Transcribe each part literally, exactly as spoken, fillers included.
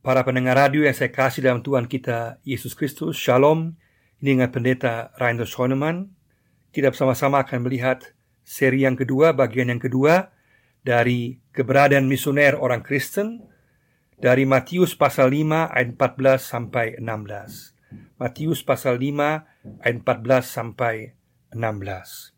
Para pendengar radio yang saya kasih dalam Tuhan kita Yesus Kristus, Shalom. Ini dengan Pendeta Reinders Schoenemann. Kita bersama-sama akan melihat seri yang kedua, bagian yang kedua dari keberadaan misioner orang Kristen dari Matius pasal lima ayat empat belas sampai enam belas. Matius pasal lima ayat empat belas sampai enam belas.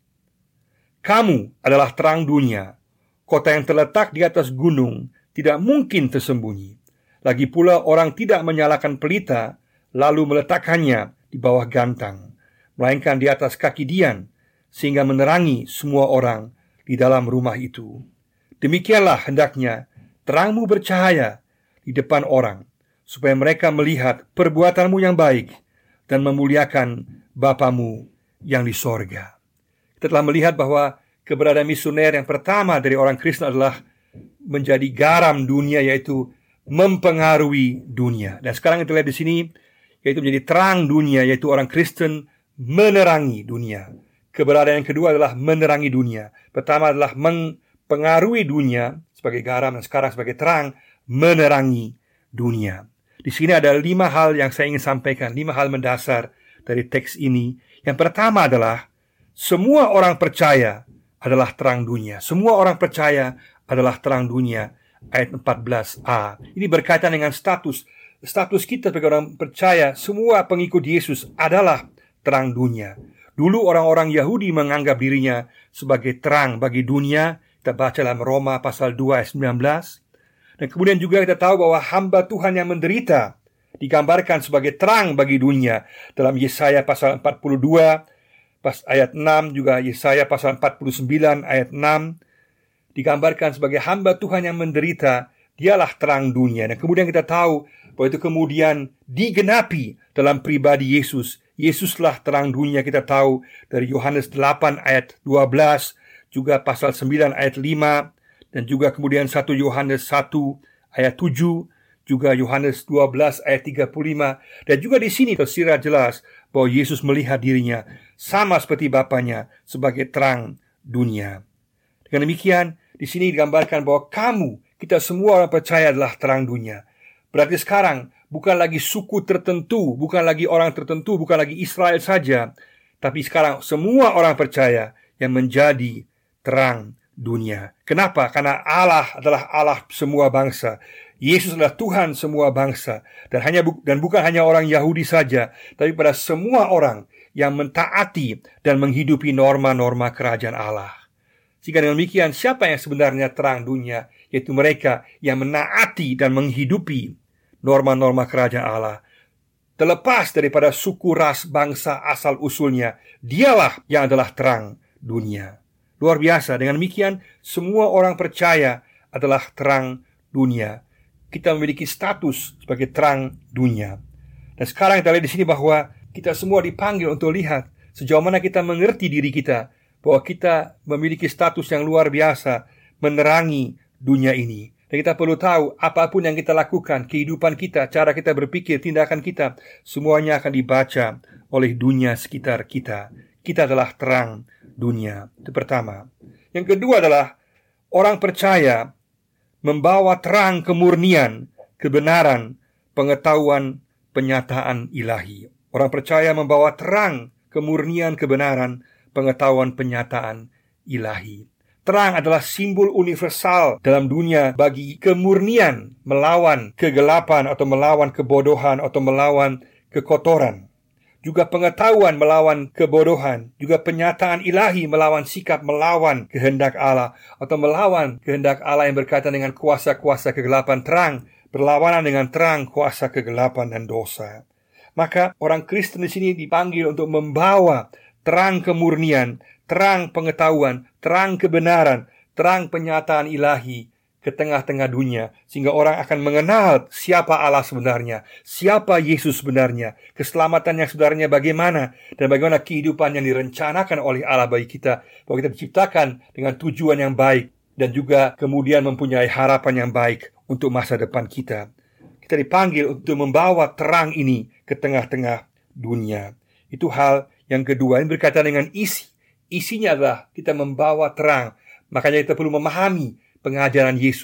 Kamu adalah terang dunia. Kota yang terletak di atas gunung tidak mungkin tersembunyi. Lagi pula orang tidak menyalakan pelita lalu meletakkannya di bawah gantang, melainkan di atas kaki dian, sehingga menerangi semua orang di dalam rumah itu. Demikianlah hendaknya terangmu bercahaya di depan orang, supaya mereka melihat perbuatanmu yang baik dan memuliakan Bapamu yang di sorga. Kita telah melihat bahwa keberadaan misioner yang pertama dari orang Kristen adalah menjadi garam dunia, yaitu mempengaruhi dunia. Dan sekarang kita lihat di sini, yaitu menjadi terang dunia, yaitu orang Kristen menerangi dunia. Keberadaan yang kedua adalah menerangi dunia. Pertama adalah mempengaruhi dunia sebagai garam, dan sekarang sebagai terang menerangi dunia. Di sini ada lima hal yang saya ingin sampaikan, lima hal mendasar dari teks ini. Yang pertama adalah semua orang percaya adalah terang dunia. Semua orang percaya adalah terang dunia. Ayat empat belas a. Ini berkaitan dengan status Status kita sebagai orang percaya. Semua pengikut Yesus adalah terang dunia. Dulu orang-orang Yahudi menganggap dirinya sebagai terang bagi dunia. Kita baca dalam Roma pasal dua ayat sembilan belas. Dan kemudian juga kita tahu bahwa hamba Tuhan yang menderita digambarkan sebagai terang bagi dunia. Dalam Yesaya pasal empat puluh dua pas ayat enam, juga Yesaya pasal empat puluh sembilan ayat enam, digambarkan sebagai hamba Tuhan yang menderita. Dialah terang dunia. Dan kemudian kita tahu bahwa itu kemudian digenapi dalam pribadi Yesus. Yesuslah terang dunia. Kita tahu dari Yohanes delapan ayat dua belas, juga pasal sembilan ayat lima, dan juga kemudian satu Yohanes satu ayat tujuh, juga Yohanes dua belas ayat tiga puluh lima. Dan juga di sini tersirat jelas bahwa Yesus melihat dirinya sama seperti Bapanya sebagai terang dunia. Dengan demikian, di sini digambarkan bahwa kamu, kita semua orang percaya adalah terang dunia. Berarti sekarang bukan lagi suku tertentu, bukan lagi orang tertentu, bukan lagi Israel saja, tapi sekarang semua orang percaya yang menjadi terang dunia. Kenapa? Karena Allah adalah Allah semua bangsa. Yesus adalah Tuhan semua bangsa, dan hanya bu- dan bukan hanya orang Yahudi saja, tapi pada semua orang yang mentaati dan menghidupi norma-norma kerajaan Allah. Sehingga dengan demikian, siapa yang sebenarnya terang dunia? Yaitu mereka yang menaati dan menghidupi norma-norma kerajaan Allah. Terlepas daripada suku, ras, bangsa, asal usulnya, dialah yang adalah terang dunia. Luar biasa. Dengan demikian, semua orang percaya adalah terang dunia. Kita memiliki status sebagai terang dunia. Dan sekarang kita lihat di sini bahwa kita semua dipanggil untuk lihat sejauh mana kita mengerti diri kita, bahwa kita memiliki status yang luar biasa menerangi dunia ini. Dan kita perlu tahu, apapun yang kita lakukan, kehidupan kita, cara kita berpikir, tindakan kita, semuanya akan dibaca oleh dunia sekitar kita. Kita adalah terang dunia. Itu pertama. Yang kedua adalah orang percaya membawa terang kemurnian, kebenaran, pengetahuan, penyataan ilahi. Orang percaya membawa terang kemurnian, kebenaran, pengetahuan, penyataan ilahi. Terang adalah simbol universal dalam dunia bagi kemurnian, melawan kegelapan atau melawan kebodohan atau melawan kekotoran. Juga pengetahuan melawan kebodohan. Juga penyataan ilahi melawan sikap melawan kehendak Allah atau melawan kehendak Allah yang berkaitan dengan kuasa-kuasa kegelapan. Terang berlawanan dengan terang kuasa kegelapan dan dosa. Maka orang Kristen di sini dipanggil untuk membawa terang kemurnian, terang pengetahuan, terang kebenaran, terang penyataan ilahi ke tengah-tengah dunia, sehingga orang akan mengenal siapa Allah sebenarnya, siapa Yesus sebenarnya, keselamatan yang sebenarnya bagaimana, dan bagaimana kehidupan yang direncanakan oleh Allah bagi kita, bahwa kita diciptakan dengan tujuan yang baik, dan juga kemudian mempunyai harapan yang baik untuk masa depan kita. Kita dipanggil untuk membawa terang ini ke tengah-tengah dunia. Itu hal yang kedua, yang berkaitan dengan isi. Isinya adalah kita membawa terang. Makanya kita perlu memahami pengajaran Yesus.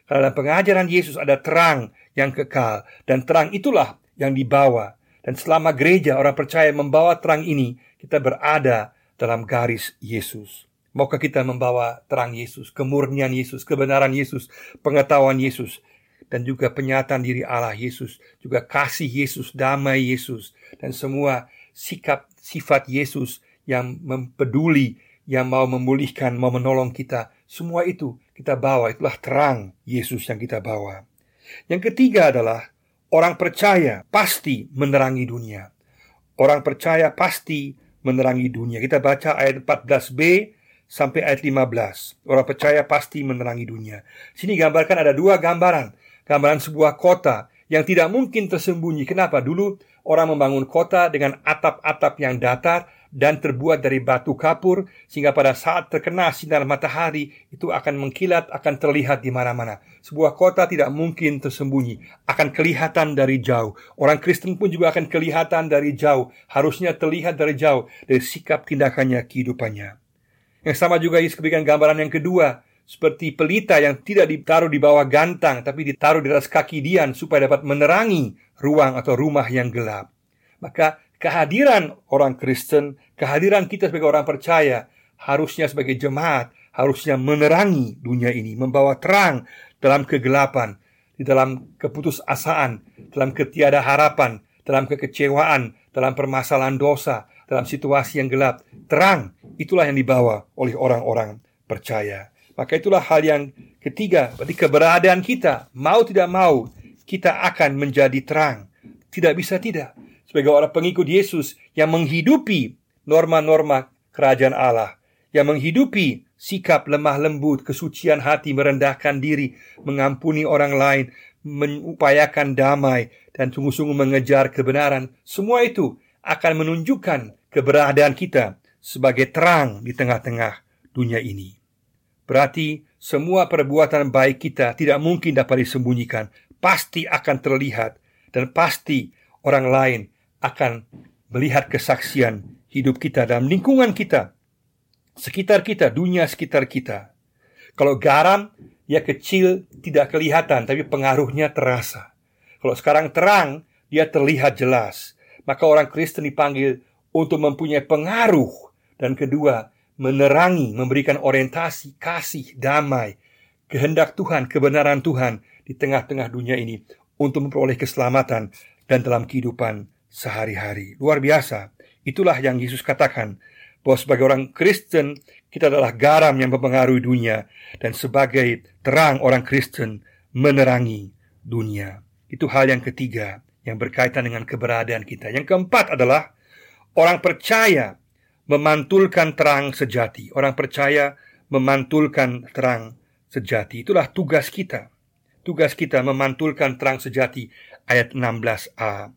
Karena dalam pengajaran Yesus ada terang yang kekal, dan terang itulah yang dibawa. Dan selama gereja orang percaya membawa terang ini, kita berada dalam garis Yesus. Maukah kita membawa terang Yesus, kemurnian Yesus, kebenaran Yesus, pengetahuan Yesus, dan juga penyataan diri Allah Yesus, juga kasih Yesus, damai Yesus, dan semua sikap sifat Yesus yang mempeduli, yang mau memulihkan, mau menolong kita. Semua itu kita bawa, itulah terang Yesus yang kita bawa. Yang ketiga adalah orang percaya pasti menerangi dunia. Orang percaya pasti menerangi dunia. Kita baca ayat empat belas b sampai ayat lima belas. Orang percaya pasti menerangi dunia. Sini gambarkan ada dua gambaran. Gambaran sebuah kota yang tidak mungkin tersembunyi. Kenapa? Dulu orang membangun kota dengan atap-atap yang datar dan terbuat dari batu kapur, sehingga pada saat terkena sinar matahari itu akan mengkilat, akan terlihat di mana-mana. Sebuah kota tidak mungkin tersembunyi, akan kelihatan dari jauh. Orang Kristen pun juga akan kelihatan dari jauh, harusnya terlihat dari jauh dari sikap tindakannya, kehidupannya. Yang sama juga Yesus berikan gambaran yang kedua, seperti pelita yang tidak ditaruh di bawah gantang, tapi ditaruh di atas kaki Dian supaya dapat menerangi ruang atau rumah yang gelap. Maka kehadiran orang Kristen, kehadiran kita sebagai orang percaya, harusnya sebagai jemaat, harusnya menerangi dunia ini, membawa terang dalam kegelapan, di dalam keputusasaan, dalam ketiada harapan, dalam kekecewaan, dalam permasalahan dosa, dalam situasi yang gelap. Terang, itulah yang dibawa oleh orang-orang percaya. Maka itulah hal yang ketiga, berarti keberadaan kita, mau tidak mau, kita akan menjadi terang. Tidak bisa tidak. Sebagai orang pengikut Yesus yang menghidupi norma-norma kerajaan Allah, yang menghidupi sikap lemah lembut, kesucian hati, merendahkan diri, mengampuni orang lain, mengupayakan damai, dan sungguh-sungguh mengejar kebenaran, semua itu akan menunjukkan keberadaan kita sebagai terang di tengah-tengah dunia ini. Berarti semua perbuatan baik kita tidak mungkin dapat disembunyikan, pasti akan terlihat, dan pasti orang lain akan melihat kesaksian hidup kita dalam lingkungan kita, sekitar kita, dunia sekitar kita. Kalau garam, ya kecil, tidak kelihatan, tapi pengaruhnya terasa. Kalau sekarang terang, dia terlihat jelas. Maka orang Kristen dipanggil untuk mempunyai pengaruh, dan kedua, menerangi, memberikan orientasi, kasih, damai, kehendak Tuhan, kebenaran Tuhan di tengah-tengah dunia ini untuk memperoleh keselamatan dan dalam kehidupan sehari-hari. Luar biasa. Itulah yang Yesus katakan, bahwa sebagai orang Kristen, kita adalah garam yang mempengaruhi dunia, dan sebagai terang orang Kristen menerangi dunia. Itu hal yang ketiga yang berkaitan dengan keberadaan kita. Yang keempat adalah orang percaya memantulkan terang sejati. Orang percaya memantulkan terang sejati. Itulah tugas kita. Tugas kita memantulkan terang sejati. Ayat enam belas a.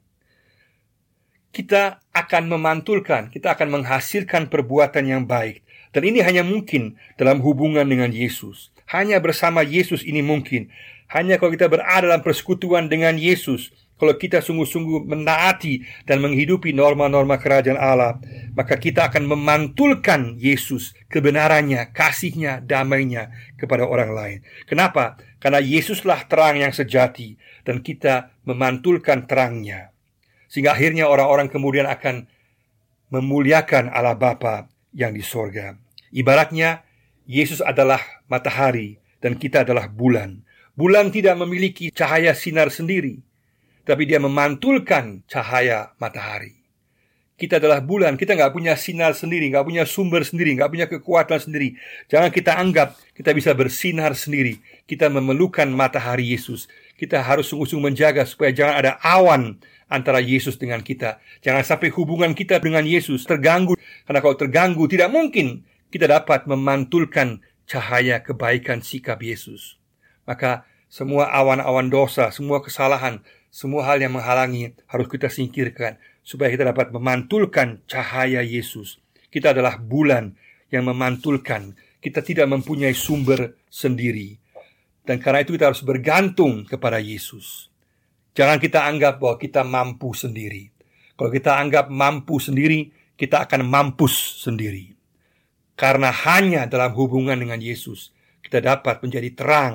Kita akan memantulkan, kita akan menghasilkan perbuatan yang baik. Dan ini hanya mungkin dalam hubungan dengan Yesus. Hanya bersama Yesus ini mungkin. Hanya kalau kita berada dalam persekutuan dengan Yesus, kalau kita sungguh-sungguh menaati dan menghidupi norma-norma kerajaan Allah, maka kita akan memantulkan Yesus, kebenarannya, kasihnya, damainya kepada orang lain. Kenapa? Karena Yesuslah terang yang sejati, dan kita memantulkan terangnya. Sehingga akhirnya orang-orang kemudian akan memuliakan Allah Bapa yang di sorga. Ibaratnya, Yesus adalah matahari dan kita adalah bulan. Bulan tidak memiliki cahaya sinar sendiri, tapi dia memantulkan cahaya matahari. Kita adalah bulan, kita nggak punya sinar sendiri, nggak punya sumber sendiri, nggak punya kekuatan sendiri. Jangan kita anggap kita bisa bersinar sendiri. Kita memerlukan matahari Yesus. Kita harus sungguh-sungguh menjaga supaya jangan ada awan antara Yesus dengan kita. Jangan sampai hubungan kita dengan Yesus terganggu. Karena kalau terganggu, tidak mungkin kita dapat memantulkan cahaya kebaikan sikap Yesus. Maka semua awan-awan dosa, semua kesalahan, semua hal yang menghalangi harus kita singkirkan, supaya kita dapat memantulkan cahaya Yesus. Kita adalah bulan yang memantulkan. Kita tidak mempunyai sumber sendiri. Dan karena itu kita harus bergantung kepada Yesus. Jangan kita anggap bahwa kita mampu sendiri. Kalau kita anggap mampu sendiri, kita akan mampus sendiri. Karena hanya dalam hubungan dengan Yesus, kita dapat menjadi terang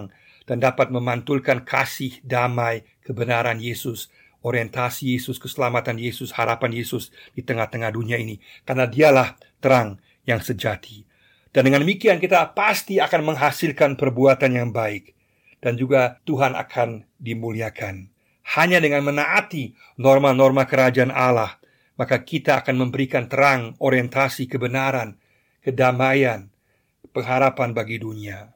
dan dapat memantulkan kasih, damai, kebenaran Yesus, orientasi Yesus, keselamatan Yesus, harapan Yesus di tengah-tengah dunia ini. Karena dialah terang yang sejati. Dan dengan demikian kita pasti akan menghasilkan perbuatan yang baik. Dan juga Tuhan akan dimuliakan. Hanya dengan menaati norma-norma kerajaan Allah, maka kita akan memberikan terang, orientasi, kebenaran, kedamaian, pengharapan bagi dunia.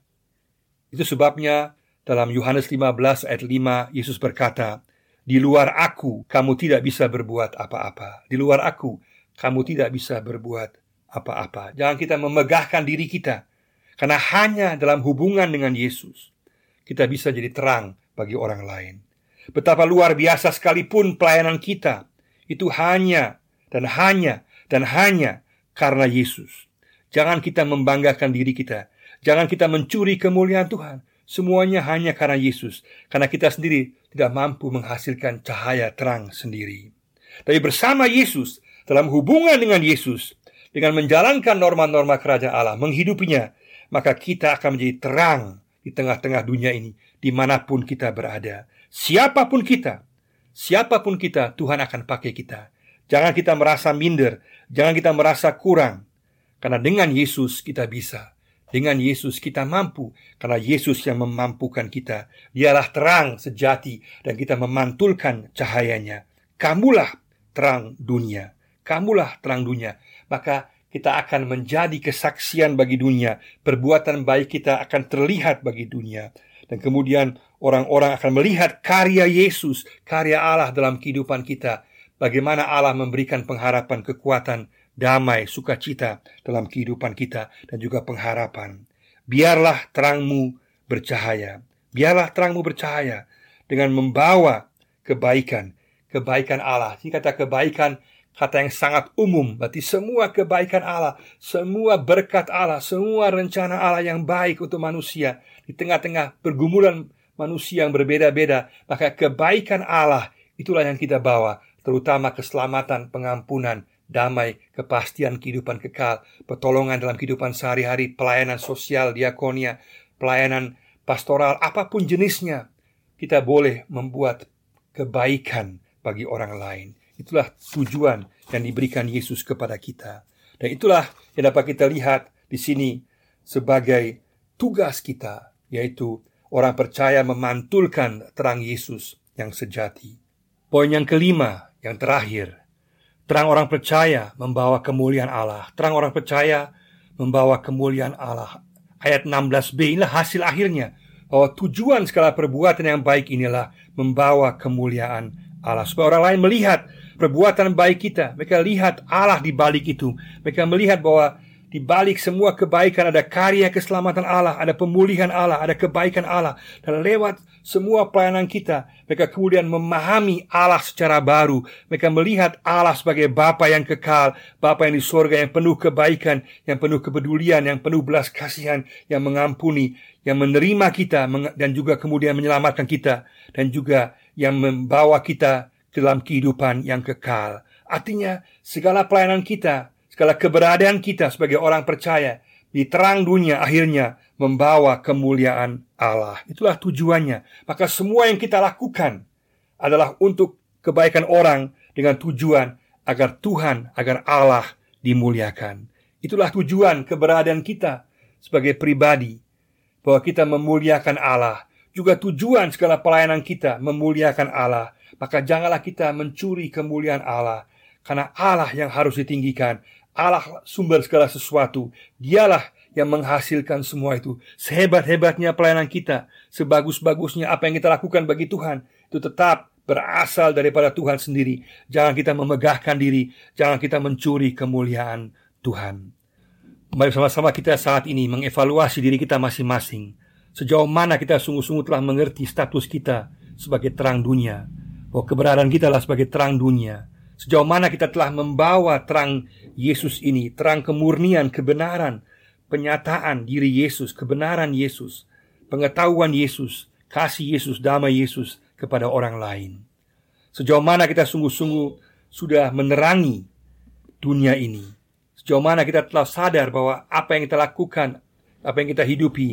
Itu sebabnya dalam Yohanes lima belas ayat lima, Yesus berkata, "Di luar aku, kamu tidak bisa berbuat apa-apa." Di luar aku, kamu tidak bisa berbuat apa-apa. Jangan kita memegahkan diri kita. Karena hanya dalam hubungan dengan Yesus, kita bisa jadi terang bagi orang lain. Betapa luar biasa sekalipun pelayanan kita, itu hanya dan hanya dan hanya karena Yesus. Jangan kita membanggakan diri kita. Jangan kita mencuri kemuliaan Tuhan. Semuanya hanya karena Yesus. Karena kita sendiri tidak mampu menghasilkan cahaya terang sendiri. Tapi bersama Yesus, dalam hubungan dengan Yesus, dengan menjalankan norma-norma kerajaan Allah, menghidupinya, maka kita akan menjadi terang di tengah-tengah dunia ini, dimanapun kita berada. Siapapun kita, siapapun kita, Tuhan akan pakai kita. Jangan kita merasa minder, jangan kita merasa kurang. Karena dengan Yesus kita bisa. Dengan Yesus kita mampu. Karena Yesus yang memampukan kita. Dialah terang sejati dan kita memantulkan cahayanya. Kamulah terang dunia. Kamulah terang dunia. Maka kita akan menjadi kesaksian bagi dunia. Perbuatan baik kita akan terlihat bagi dunia. Dan kemudian orang-orang akan melihat karya Yesus, karya Allah dalam kehidupan kita. Bagaimana Allah memberikan pengharapan, kekuatan, damai, sukacita dalam kehidupan kita dan juga pengharapan. Biarlah terangmu bercahaya. Biarlah terangmu bercahaya dengan membawa kebaikan, kebaikan Allah. Ini kata kebaikan, kata yang sangat umum. Berarti semua kebaikan Allah, semua berkat Allah, semua rencana Allah yang baik untuk manusia. Di tengah-tengah pergumulan manusia yang berbeda-beda, maka kebaikan Allah itulah yang kita bawa. Terutama keselamatan, pengampunan, damai, kepastian kehidupan kekal, pertolongan dalam kehidupan sehari-hari, pelayanan sosial, diakonia, pelayanan pastoral, apapun jenisnya. Kita boleh membuat kebaikan bagi orang lain. Itulah tujuan yang diberikan Yesus kepada kita. Dan itulah yang dapat kita lihat di sini sebagai tugas kita, yaitu orang percaya memantulkan terang Yesus yang sejati. Poin yang kelima, yang terakhir, terang orang percaya membawa kemuliaan Allah. Terang orang percaya membawa kemuliaan Allah. Ayat enam belas b, inilah hasil akhirnya, bahwa tujuan segala perbuatan yang baik inilah membawa kemuliaan Allah. Supaya orang lain melihat perbuatan baik kita. Mereka lihat Allah di balik itu. Mereka melihat bahwa di balik semua kebaikan ada karya keselamatan Allah, ada pemulihan Allah, ada kebaikan Allah. Dan lewat semua pelayanan kita, mereka kemudian memahami Allah secara baru. Mereka melihat Allah sebagai Bapa yang kekal, Bapa yang di surga, yang penuh kebaikan, yang penuh kepedulian, yang penuh belas kasihan, yang mengampuni, yang menerima kita, dan juga kemudian menyelamatkan kita, dan juga yang membawa kita dalam kehidupan yang kekal. Artinya, segala pelayanan kita, segala keberadaan kita sebagai orang percaya di terang dunia akhirnya membawa kemuliaan Allah. Itulah tujuannya. Maka semua yang kita lakukan adalah untuk kebaikan orang dengan tujuan agar Tuhan, agar Allah dimuliakan. Itulah tujuan keberadaan kita sebagai pribadi, bahwa kita memuliakan Allah. Juga tujuan segala pelayanan kita memuliakan Allah. Maka janganlah kita mencuri kemuliaan Allah, karena Allah yang harus ditinggikan. Allah sumber segala sesuatu. Dialah yang menghasilkan semua itu. Sehebat-hebatnya pelayanan kita, sebagus-bagusnya apa yang kita lakukan bagi Tuhan, itu tetap berasal daripada Tuhan sendiri. Jangan kita memegahkan diri, jangan kita mencuri kemuliaan Tuhan. Mari sama-sama kita saat ini mengevaluasi diri kita masing-masing. Sejauh mana kita sungguh-sungguh telah mengerti status kita sebagai terang dunia, bahwa keberadaan kita adalah sebagai terang dunia. Sejauh mana kita telah membawa terang Yesus ini, terang kemurnian, kebenaran, penyataan diri Yesus, kebenaran Yesus, pengetahuan Yesus, kasih Yesus, damai Yesus kepada orang lain. Sejauh mana kita sungguh-sungguh sudah menerangi dunia ini. Sejauh mana kita telah sadar bahwa apa yang kita lakukan, apa yang kita hidupi,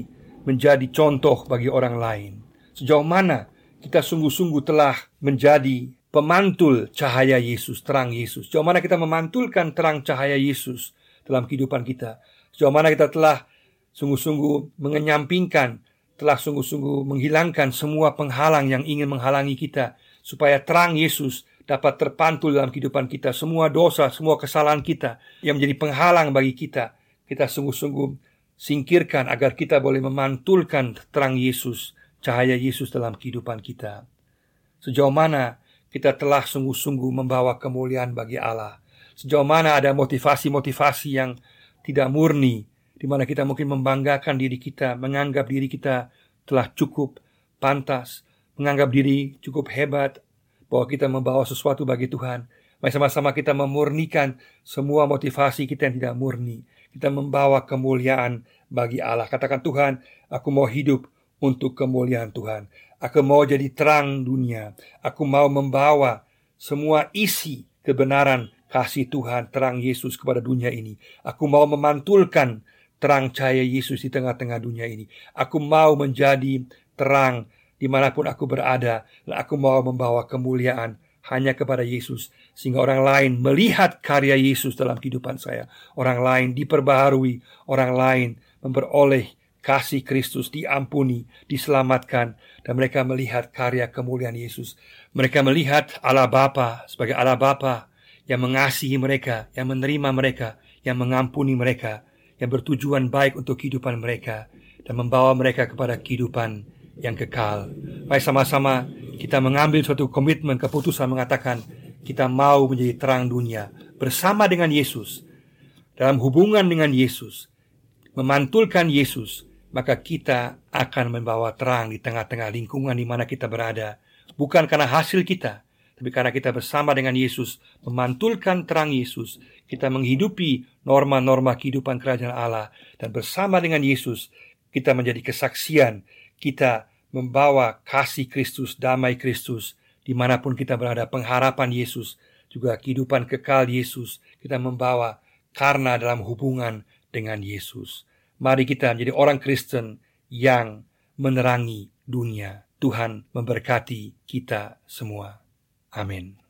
menjadi contoh bagi orang lain. Sejauh mana kita sungguh-sungguh telah menjadi pemantul cahaya Yesus, terang Yesus. Sejauh mana kita memantulkan terang cahaya Yesus dalam kehidupan kita. Sejauh mana kita telah sungguh-sungguh mengenyampingkan, telah sungguh-sungguh menghilangkan semua penghalang yang ingin menghalangi kita, supaya terang Yesus dapat terpantul dalam kehidupan kita. Semua dosa, semua kesalahan kita yang menjadi penghalang bagi kita, kita sungguh-sungguh singkirkan agar kita boleh memantulkan terang Yesus, cahaya Yesus dalam kehidupan kita. Sejauh mana kita telah sungguh-sungguh membawa kemuliaan bagi Allah. Sejauh mana ada motivasi-motivasi yang tidak murni, di mana kita mungkin membanggakan diri kita, menganggap diri kita telah cukup pantas, menganggap diri cukup hebat, bahwa kita membawa sesuatu bagi Tuhan. Mari sama-sama kita memurnikan semua motivasi kita yang tidak murni. Kita membawa kemuliaan bagi Allah. Katakan, Tuhan, aku mau hidup untuk kemuliaan Tuhan. Aku mau jadi terang dunia. Aku mau membawa semua isi kebenaran kasih Tuhan, terang Yesus kepada dunia ini. Aku mau memantulkan terang cahaya Yesus di tengah-tengah dunia ini. Aku mau menjadi terang dimanapun aku berada. Dan aku mau membawa kemuliaan hanya kepada Yesus, sehingga orang lain melihat karya Yesus dalam kehidupan saya. Orang lain diperbaharui, orang lain memperoleh kasih Kristus, diampuni, diselamatkan, dan mereka melihat karya kemuliaan Yesus. Mereka melihat Allah Bapa sebagai Allah Bapa yang mengasihi mereka, yang menerima mereka, yang mengampuni mereka, yang bertujuan baik untuk kehidupan mereka, dan membawa mereka kepada kehidupan yang kekal. Mari sama-sama kita mengambil suatu komitmen, keputusan mengatakan kita mau menjadi terang dunia bersama dengan Yesus, dalam hubungan dengan Yesus, memantulkan Yesus. Maka kita akan membawa terang di tengah-tengah lingkungan di mana kita berada. Bukan karena hasil kita, tapi karena kita bersama dengan Yesus, memantulkan terang Yesus. Kita menghidupi norma-norma kehidupan kerajaan Allah. Dan bersama dengan Yesus, kita menjadi kesaksian. Kita membawa kasih Kristus, damai Kristus, dimanapun kita berada. Pengharapan Yesus, juga kehidupan kekal Yesus, kita membawa karena dalam hubungan dengan Yesus. Mari kita menjadi orang Kristen yang menerangi dunia. Tuhan memberkati kita semua. Amin.